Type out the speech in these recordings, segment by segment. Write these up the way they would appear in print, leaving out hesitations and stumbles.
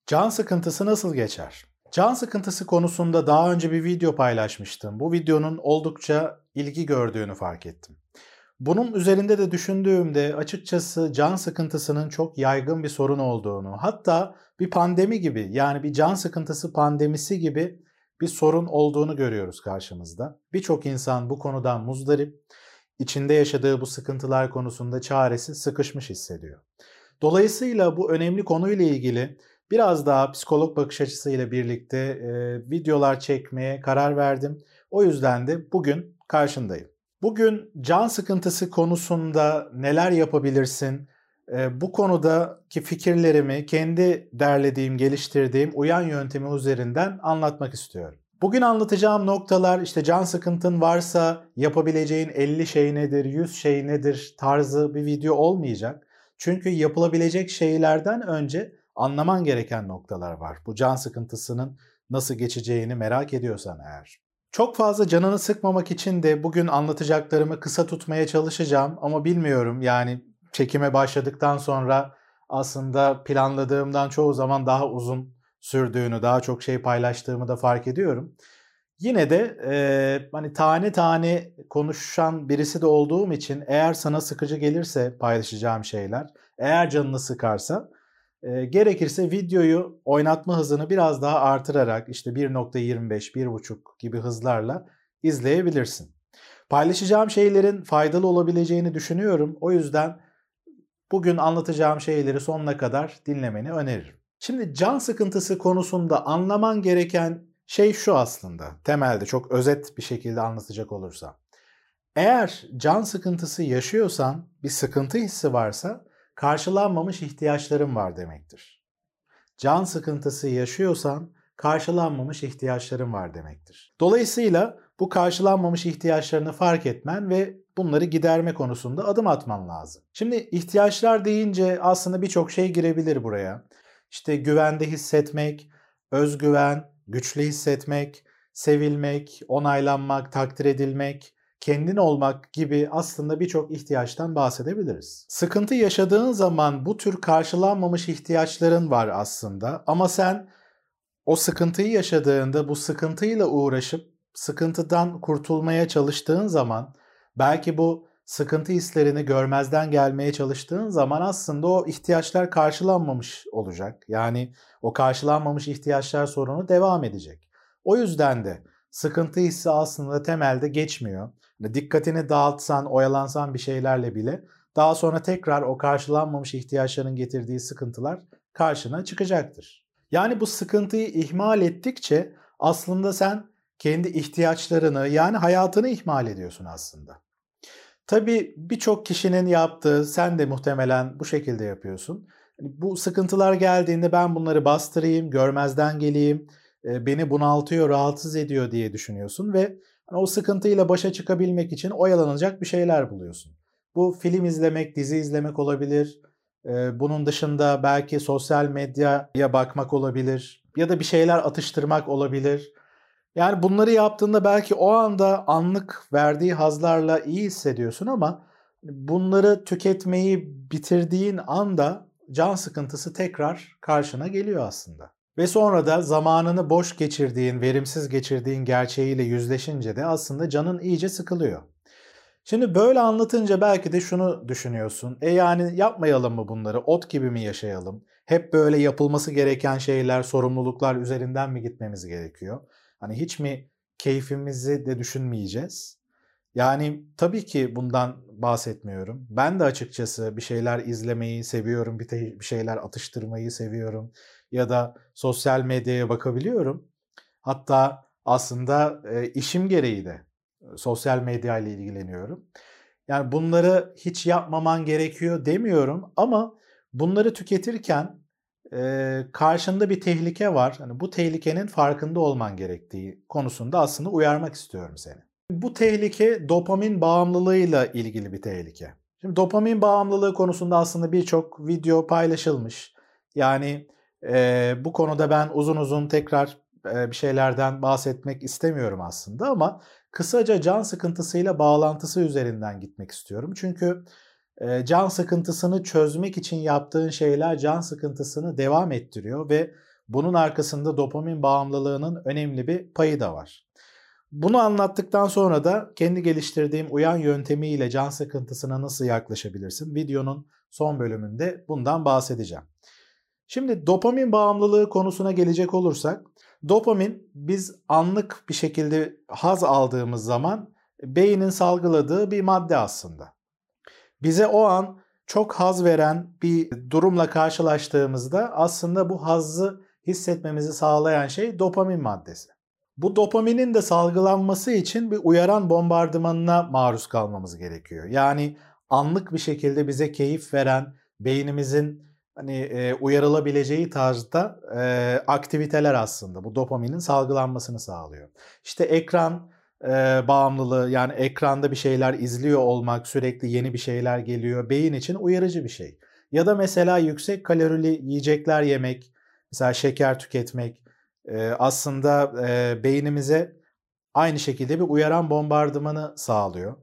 Can sıkıntısı nasıl geçer? Can sıkıntısı konusunda daha önce bir video paylaşmıştım. Bu videonun oldukça ilgi gördüğünü fark ettim. Bunun üzerinde de düşündüğümde açıkçası can sıkıntısının çok yaygın bir sorun olduğunu, hatta bir pandemi gibi yani bir can sıkıntısı pandemisi gibi bir sorun olduğunu görüyoruz karşımızda. Birçok insan bu konudan muzdarip, içinde yaşadığı bu sıkıntılar konusunda çaresiz, sıkışmış hissediyor. Dolayısıyla bu önemli konuyla ilgili biraz daha psikolog bakış açısıyla birlikte videolar çekmeye karar verdim. O yüzden de bugün karşındayım. Bugün can sıkıntısı konusunda neler yapabilirsin? Bu konudaki fikirlerimi kendi derlediğim, geliştirdiğim uyan yöntemi üzerinden anlatmak istiyorum. Bugün anlatacağım noktalar işte can sıkıntın varsa yapabileceğin 50 şey nedir, 100 şey nedir tarzı bir video olmayacak. Çünkü yapılabilecek şeylerden önce anlaman gereken noktalar var. Bu can sıkıntısının nasıl geçeceğini merak ediyorsan eğer. Çok fazla canını sıkmamak için de bugün anlatacaklarımı kısa tutmaya çalışacağım ama bilmiyorum yani çekime başladıktan sonra aslında planladığımdan çoğu zaman daha uzun sürdüğünü, daha çok şey paylaştığımı da fark ediyorum. Yine de hani tane tane konuşan birisi de olduğum için eğer sana sıkıcı gelirse paylaşacağım şeyler, eğer canını sıkarsa gerekirse videoyu oynatma hızını biraz daha artırarak işte 1.25, 1.5 gibi hızlarla izleyebilirsin. Paylaşacağım şeylerin faydalı olabileceğini düşünüyorum. O yüzden bugün anlatacağım şeyleri sonuna kadar dinlemeni öneririm. Şimdi can sıkıntısı konusunda anlaman gereken şey şu aslında. Temelde çok özet bir şekilde anlatacak olursam. Eğer can sıkıntısı yaşıyorsan, bir sıkıntı hissi varsa karşılanmamış ihtiyaçların var demektir. Can sıkıntısı yaşıyorsan karşılanmamış ihtiyaçların var demektir. Dolayısıyla bu karşılanmamış ihtiyaçlarını fark etmen ve bunları giderme konusunda adım atman lazım. Şimdi ihtiyaçlar deyince aslında birçok şey girebilir buraya. İşte güvende hissetmek, özgüven, güçlü hissetmek, sevilmek, onaylanmak, takdir edilmek, kendin olmak gibi aslında birçok ihtiyaçtan bahsedebiliriz. Sıkıntı yaşadığın zaman bu tür karşılanmamış ihtiyaçların var aslında ama sen o sıkıntıyı yaşadığında bu sıkıntıyla uğraşıp sıkıntıdan kurtulmaya çalıştığın zaman belki bu sıkıntı hislerini görmezden gelmeye çalıştığın zaman aslında o ihtiyaçlar karşılanmamış olacak. Yani o karşılanmamış ihtiyaçlar sorunu devam edecek. O yüzden de sıkıntı hissi aslında temelde geçmiyor. Dikkatini dağıtsan, oyalansan bir şeylerle bile daha sonra tekrar o karşılanmamış ihtiyaçların getirdiği sıkıntılar karşına çıkacaktır. Yani bu sıkıntıyı ihmal ettikçe aslında sen kendi ihtiyaçlarını yani hayatını ihmal ediyorsun aslında. Tabii birçok kişinin yaptığı, sen de muhtemelen bu şekilde yapıyorsun. Bu sıkıntılar geldiğinde ben bunları bastırayım, görmezden geleyim, beni bunaltıyor, rahatsız ediyor diye düşünüyorsun ve o sıkıntıyla başa çıkabilmek için oyalanacak bir şeyler buluyorsun. Bu film izlemek, dizi izlemek olabilir. Bunun dışında belki sosyal medyaya bakmak olabilir ya da bir şeyler atıştırmak olabilir. Yani bunları yaptığında belki o anda anlık verdiği hazlarla iyi hissediyorsun ama bunları tüketmeyi bitirdiğin anda can sıkıntısı tekrar karşına geliyor aslında. Ve sonra da zamanını boş geçirdiğin, verimsiz geçirdiğin gerçeğiyle yüzleşince de aslında canın iyice sıkılıyor. Şimdi böyle anlatınca belki de şunu düşünüyorsun. Yani yapmayalım mı bunları? Ot gibi mi yaşayalım? Hep böyle yapılması gereken şeyler, sorumluluklar üzerinden mi gitmemiz gerekiyor? Hani hiç mi keyfimizi de düşünmeyeceğiz? Yani tabii ki bundan bahsetmiyorum. Ben de açıkçası bir şeyler izlemeyi seviyorum, bir şeyler atıştırmayı seviyorum ya da sosyal medyaya bakabiliyorum. Hatta aslında işim gereği de sosyal medya ile ilgileniyorum. Yani bunları hiç yapmaman gerekiyor demiyorum ama bunları tüketirken karşında bir tehlike var. Hani bu tehlikenin farkında olman gerektiği konusunda aslında uyarmak istiyorum seni. Bu tehlike dopamin bağımlılığıyla ilgili bir tehlike. Şimdi dopamin bağımlılığı konusunda aslında birçok video paylaşılmış. Yani bu konuda ben uzun uzun tekrar bir şeylerden bahsetmek istemiyorum aslında ama kısaca can sıkıntısıyla bağlantısı üzerinden gitmek istiyorum. Çünkü can sıkıntısını çözmek için yaptığın şeyler can sıkıntısını devam ettiriyor ve bunun arkasında dopamin bağımlılığının önemli bir payı da var. Bunu anlattıktan sonra da kendi geliştirdiğim uyan yöntemiyle can sıkıntısına nasıl yaklaşabilirsin? Videonun son bölümünde bundan bahsedeceğim. Şimdi dopamin bağımlılığı konusuna gelecek olursak, dopamin biz anlık bir şekilde haz aldığımız zaman beynin salgıladığı bir madde aslında. Bize o an çok haz veren bir durumla karşılaştığımızda aslında bu hazzı hissetmemizi sağlayan şey dopamin maddesi. Bu dopaminin de salgılanması için bir uyaran bombardımanına maruz kalmamız gerekiyor. Yani anlık bir şekilde bize keyif veren, beynimizin uyarılabileceği tarzda aktiviteler aslında bu dopaminin salgılanmasını sağlıyor. İşte ekran bağımlılığı, yani ekranda bir şeyler izliyor olmak, sürekli yeni bir şeyler geliyor, beyin için uyarıcı bir şey. Ya da mesela yüksek kalorili yiyecekler yemek, mesela şeker tüketmek aslında beynimize aynı şekilde bir uyaran bombardımanı sağlıyor.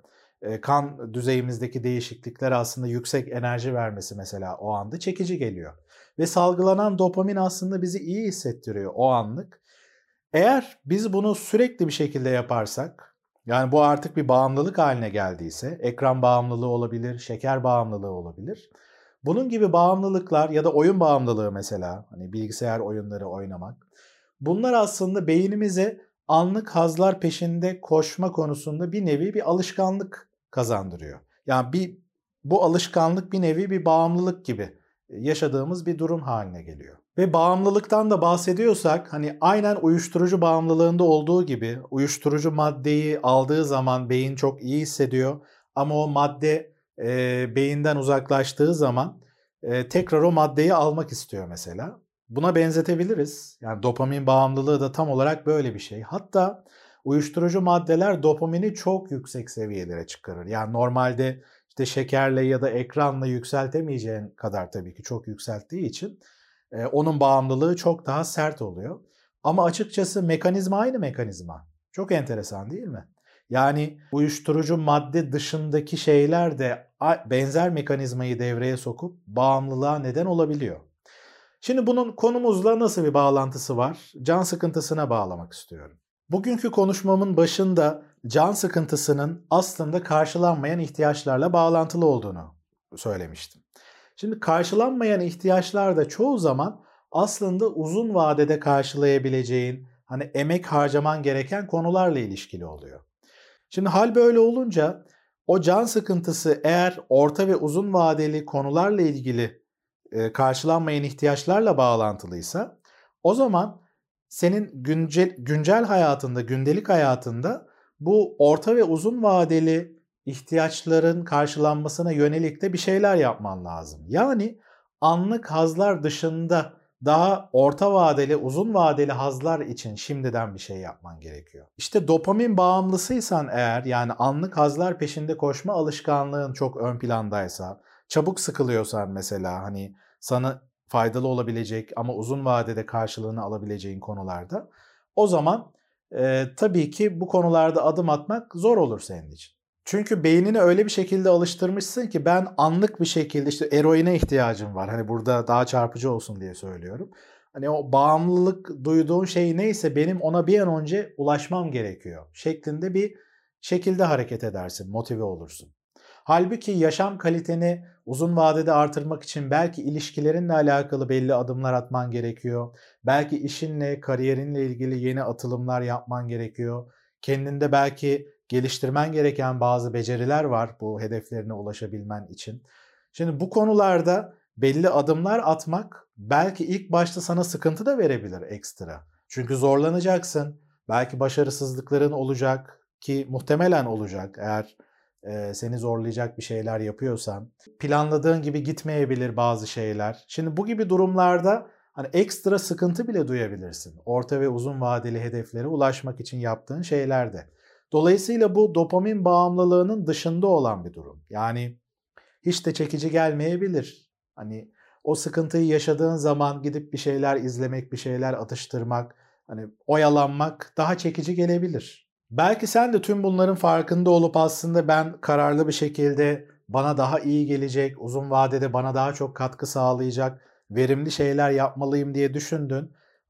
Kan düzeyimizdeki değişiklikler aslında yüksek enerji vermesi mesela o anda çekici geliyor. Ve salgılanan dopamin aslında bizi iyi hissettiriyor o anlık. Eğer biz bunu sürekli bir şekilde yaparsak, yani bu artık bir bağımlılık haline geldiyse, ekran bağımlılığı olabilir, şeker bağımlılığı olabilir. Bunun gibi bağımlılıklar ya da oyun bağımlılığı mesela, hani bilgisayar oyunları oynamak. Bunlar aslında beynimize anlık hazlar peşinde koşma konusunda bir nevi bir alışkanlık kazandırıyor. Yani bu alışkanlık bir nevi bir bağımlılık gibi yaşadığımız bir durum haline geliyor. Ve bağımlılıktan da bahsediyorsak hani aynen uyuşturucu bağımlılığında olduğu gibi uyuşturucu maddeyi aldığı zaman beyin çok iyi hissediyor ama o madde beyinden uzaklaştığı zaman tekrar o maddeyi almak istiyor mesela. Buna benzetebiliriz. Yani dopamin bağımlılığı da tam olarak böyle bir şey. Hatta uyuşturucu maddeler dopamini çok yüksek seviyelere çıkarır. Yani normalde işte şekerle ya da ekranla yükseltemeyeceğin kadar tabii ki çok yükselttiği için onun bağımlılığı çok daha sert oluyor. Ama açıkçası mekanizma aynı mekanizma. Çok enteresan değil mi? Yani uyuşturucu madde dışındaki şeyler de benzer mekanizmayı devreye sokup bağımlılığa neden olabiliyor. Şimdi bunun konumuzla nasıl bir bağlantısı var? Can sıkıntısına bağlamak istiyorum. Bugünkü konuşmamın başında can sıkıntısının aslında karşılanmayan ihtiyaçlarla bağlantılı olduğunu söylemiştim. Şimdi karşılanmayan ihtiyaçlar da çoğu zaman aslında uzun vadede karşılayabileceğin, hani emek harcaman gereken konularla ilişkili oluyor. Şimdi hal böyle olunca o can sıkıntısı eğer orta ve uzun vadeli konularla ilgili karşılanmayan ihtiyaçlarla bağlantılıysa o zaman senin güncel hayatında, gündelik hayatında bu orta ve uzun vadeli ihtiyaçların karşılanmasına yönelik de bir şeyler yapman lazım. Yani anlık hazlar dışında daha orta vadeli, uzun vadeli hazlar için şimdiden bir şey yapman gerekiyor. İşte dopamin bağımlısıysan eğer, yani anlık hazlar peşinde koşma alışkanlığın çok ön plandaysa, çabuk sıkılıyorsan mesela hani sana faydalı olabilecek ama uzun vadede karşılığını alabileceğin konularda o zaman tabii ki bu konularda adım atmak zor olur senin için. Çünkü beynini öyle bir şekilde alıştırmışsın ki ben anlık bir şekilde işte eroine ihtiyacım var. Hani burada daha çarpıcı olsun diye söylüyorum. Hani o bağımlılık duyduğun şey neyse benim ona bir an önce ulaşmam gerekiyor şeklinde bir şekilde hareket edersin, motive olursun. Halbuki yaşam kaliteni uzun vadede artırmak için belki ilişkilerinle alakalı belli adımlar atman gerekiyor. Belki işinle, kariyerinle ilgili yeni atılımlar yapman gerekiyor. Kendinde belki geliştirmen gereken bazı beceriler var bu hedeflerine ulaşabilmen için. Şimdi bu konularda belli adımlar atmak belki ilk başta sana sıkıntı da verebilir ekstra. Çünkü zorlanacaksın. Belki başarısızlıkların olacak ki muhtemelen olacak eğer seni zorlayacak bir şeyler yapıyorsan. Planladığın gibi gitmeyebilir bazı şeyler. Şimdi bu gibi durumlarda hani ekstra sıkıntı bile duyabilirsin. Orta ve uzun vadeli hedeflere ulaşmak için yaptığın şeylerde. Dolayısıyla bu dopamin bağımlılığının dışında olan bir durum. Yani hiç de çekici gelmeyebilir. Hani o sıkıntıyı yaşadığın zaman gidip bir şeyler izlemek, bir şeyler atıştırmak, hani oyalanmak daha çekici gelebilir. Belki sen de tüm bunların farkında olup aslında ben kararlı bir şekilde bana daha iyi gelecek, uzun vadede bana daha çok katkı sağlayacak, verimli şeyler yapmalıyım diye düşündün.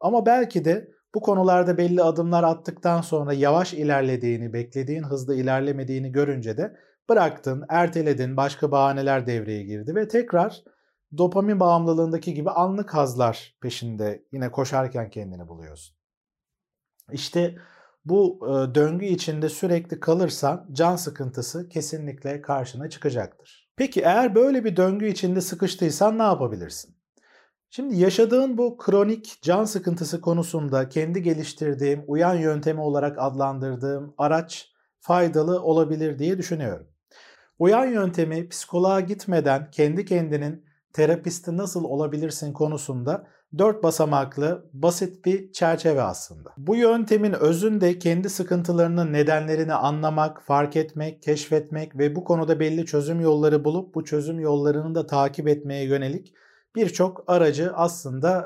Ama belki de bu konularda belli adımlar attıktan sonra yavaş ilerlediğini, beklediğin hızda ilerlemediğini görünce de bıraktın, erteledin, başka bahaneler devreye girdi ve tekrar dopamin bağımlılığındaki gibi anlık hazlar peşinde yine koşarken kendini buluyorsun. İşte bu döngü içinde sürekli kalırsan can sıkıntısı kesinlikle karşına çıkacaktır. Peki eğer böyle bir döngü içinde sıkıştıysan ne yapabilirsin? Şimdi yaşadığın bu kronik can sıkıntısı konusunda kendi geliştirdiğim, uyan yöntemi olarak adlandırdığım araç faydalı olabilir diye düşünüyorum. Uyan yöntemi psikoloğa gitmeden kendi kendinin terapisti nasıl olabilirsin konusunda 4 basamaklı basit bir çerçeve aslında. Bu yöntemin özünde kendi sıkıntılarının nedenlerini anlamak, fark etmek, keşfetmek ve bu konuda belli çözüm yolları bulup bu çözüm yollarını da takip etmeye yönelik birçok aracı aslında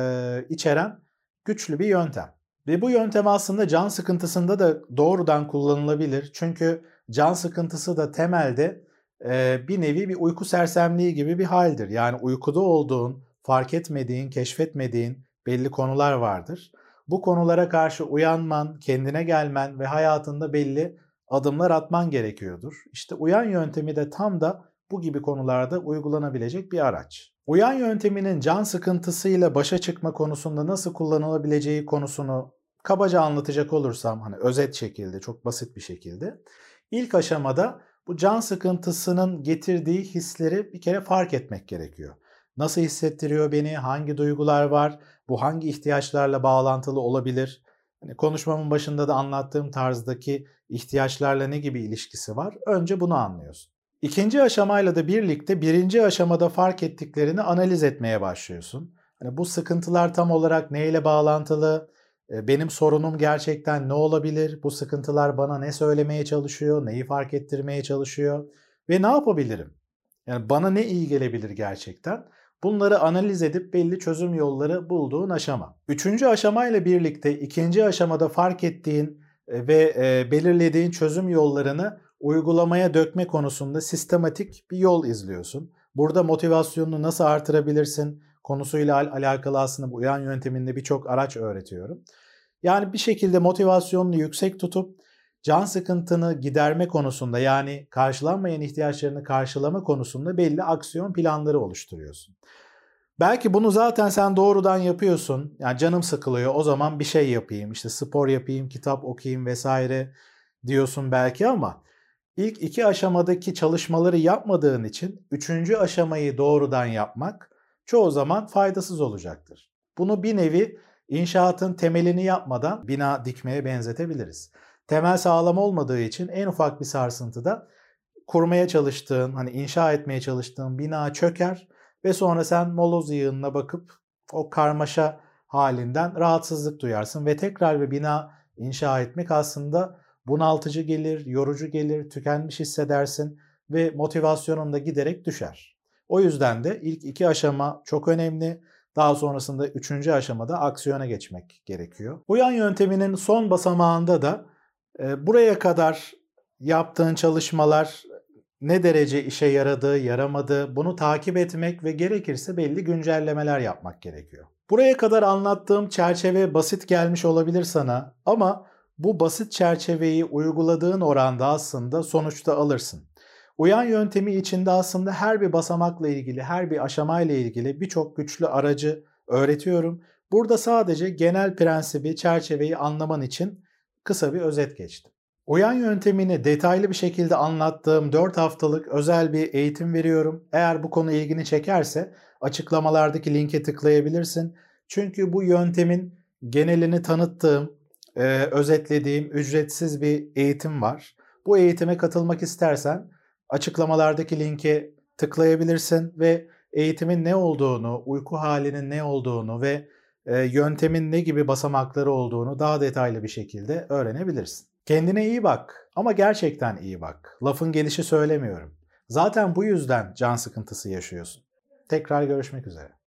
içeren güçlü bir yöntem. Ve bu yöntem aslında can sıkıntısında da doğrudan kullanılabilir. Çünkü can sıkıntısı da temelde bir nevi bir uyku sersemliği gibi bir haldir. Yani uykuda olduğun, fark etmediğin, keşfetmediğin belli konular vardır. Bu konulara karşı uyanman, kendine gelmen ve hayatında belli adımlar atman gerekiyordur. İşte uyan yöntemi de tam da bu gibi konularda uygulanabilecek bir araç. Uyan yönteminin can sıkıntısıyla başa çıkma konusunda nasıl kullanılabileceği konusunu kabaca anlatacak olursam, hani özet şekilde, çok basit bir şekilde. İlk aşamada bu can sıkıntısının getirdiği hisleri bir kere fark etmek gerekiyor. Nasıl hissettiriyor beni, hangi duygular var, bu hangi ihtiyaçlarla bağlantılı olabilir? Hani konuşmamın başında da anlattığım tarzdaki ihtiyaçlarla ne gibi ilişkisi var? Önce bunu anlıyorsun. İkinci aşamayla da birlikte birinci aşamada fark ettiklerini analiz etmeye başlıyorsun. Hani bu sıkıntılar tam olarak neyle bağlantılı? Benim sorunum gerçekten ne olabilir? Bu sıkıntılar bana ne söylemeye çalışıyor? Neyi fark ettirmeye çalışıyor? Ve ne yapabilirim? Yani bana ne iyi gelebilir gerçekten? Bunları analiz edip belli çözüm yolları bulduğun aşama. Üçüncü aşamayla birlikte ikinci aşamada fark ettiğin ve belirlediğin çözüm yollarını uygulamaya dökme konusunda sistematik bir yol izliyorsun. Burada motivasyonunu nasıl artırabilirsin konusuyla alakalı aslında bu uyan yönteminde birçok araç öğretiyorum. Yani bir şekilde motivasyonunu yüksek tutup can sıkıntını giderme konusunda, yani karşılanmayan ihtiyaçlarını karşılama konusunda belli aksiyon planları oluşturuyorsun. Belki bunu zaten sen doğrudan yapıyorsun. Yani canım sıkılıyor, o zaman bir şey yapayım, işte spor yapayım, kitap okuyayım vesaire diyorsun belki, ama İlk iki aşamadaki çalışmaları yapmadığın için üçüncü aşamayı doğrudan yapmak çoğu zaman faydasız olacaktır. Bunu bir nevi inşaatın temelini yapmadan bina dikmeye benzetebiliriz. Temel sağlam olmadığı için en ufak bir sarsıntıda kurmaya çalıştığın, hani inşa etmeye çalıştığın bina çöker ve sonra sen moloz yığınına bakıp o karmaşa halinden rahatsızlık duyarsın ve tekrar bir bina inşa etmek aslında bunaltıcı gelir, yorucu gelir, tükenmiş hissedersin ve motivasyonun da giderek düşer. O yüzden de ilk iki aşama çok önemli. Daha sonrasında üçüncü aşamada aksiyona geçmek gerekiyor. Uyan yönteminin son basamağında da buraya kadar yaptığın çalışmalar ne derece işe yaradı, yaramadı, bunu takip etmek ve gerekirse belli güncellemeler yapmak gerekiyor. Buraya kadar anlattığım çerçeve basit gelmiş olabilir sana, ama bu basit çerçeveyi uyguladığın oranda aslında sonuçta alırsın. Uyan yöntemi içinde aslında her bir basamakla ilgili, her bir aşamayla ilgili birçok güçlü aracı öğretiyorum. Burada sadece genel prensibi, çerçeveyi anlaman için kısa bir özet geçtim. Uyan yöntemini detaylı bir şekilde anlattığım 4 haftalık özel bir eğitim veriyorum. Eğer bu konu ilgini çekerse açıklamalardaki linke tıklayabilirsin. Çünkü bu yöntemin genelini tanıttığım, özetlediğim ücretsiz bir eğitim var. Bu eğitime katılmak istersen açıklamalardaki linke tıklayabilirsin ve eğitimin ne olduğunu, uyku halinin ne olduğunu ve yöntemin ne gibi basamakları olduğunu daha detaylı bir şekilde öğrenebilirsin. Kendine iyi bak, ama gerçekten iyi bak. Lafın gelişi söylemiyorum. Zaten bu yüzden can sıkıntısı yaşıyorsun. Tekrar görüşmek üzere.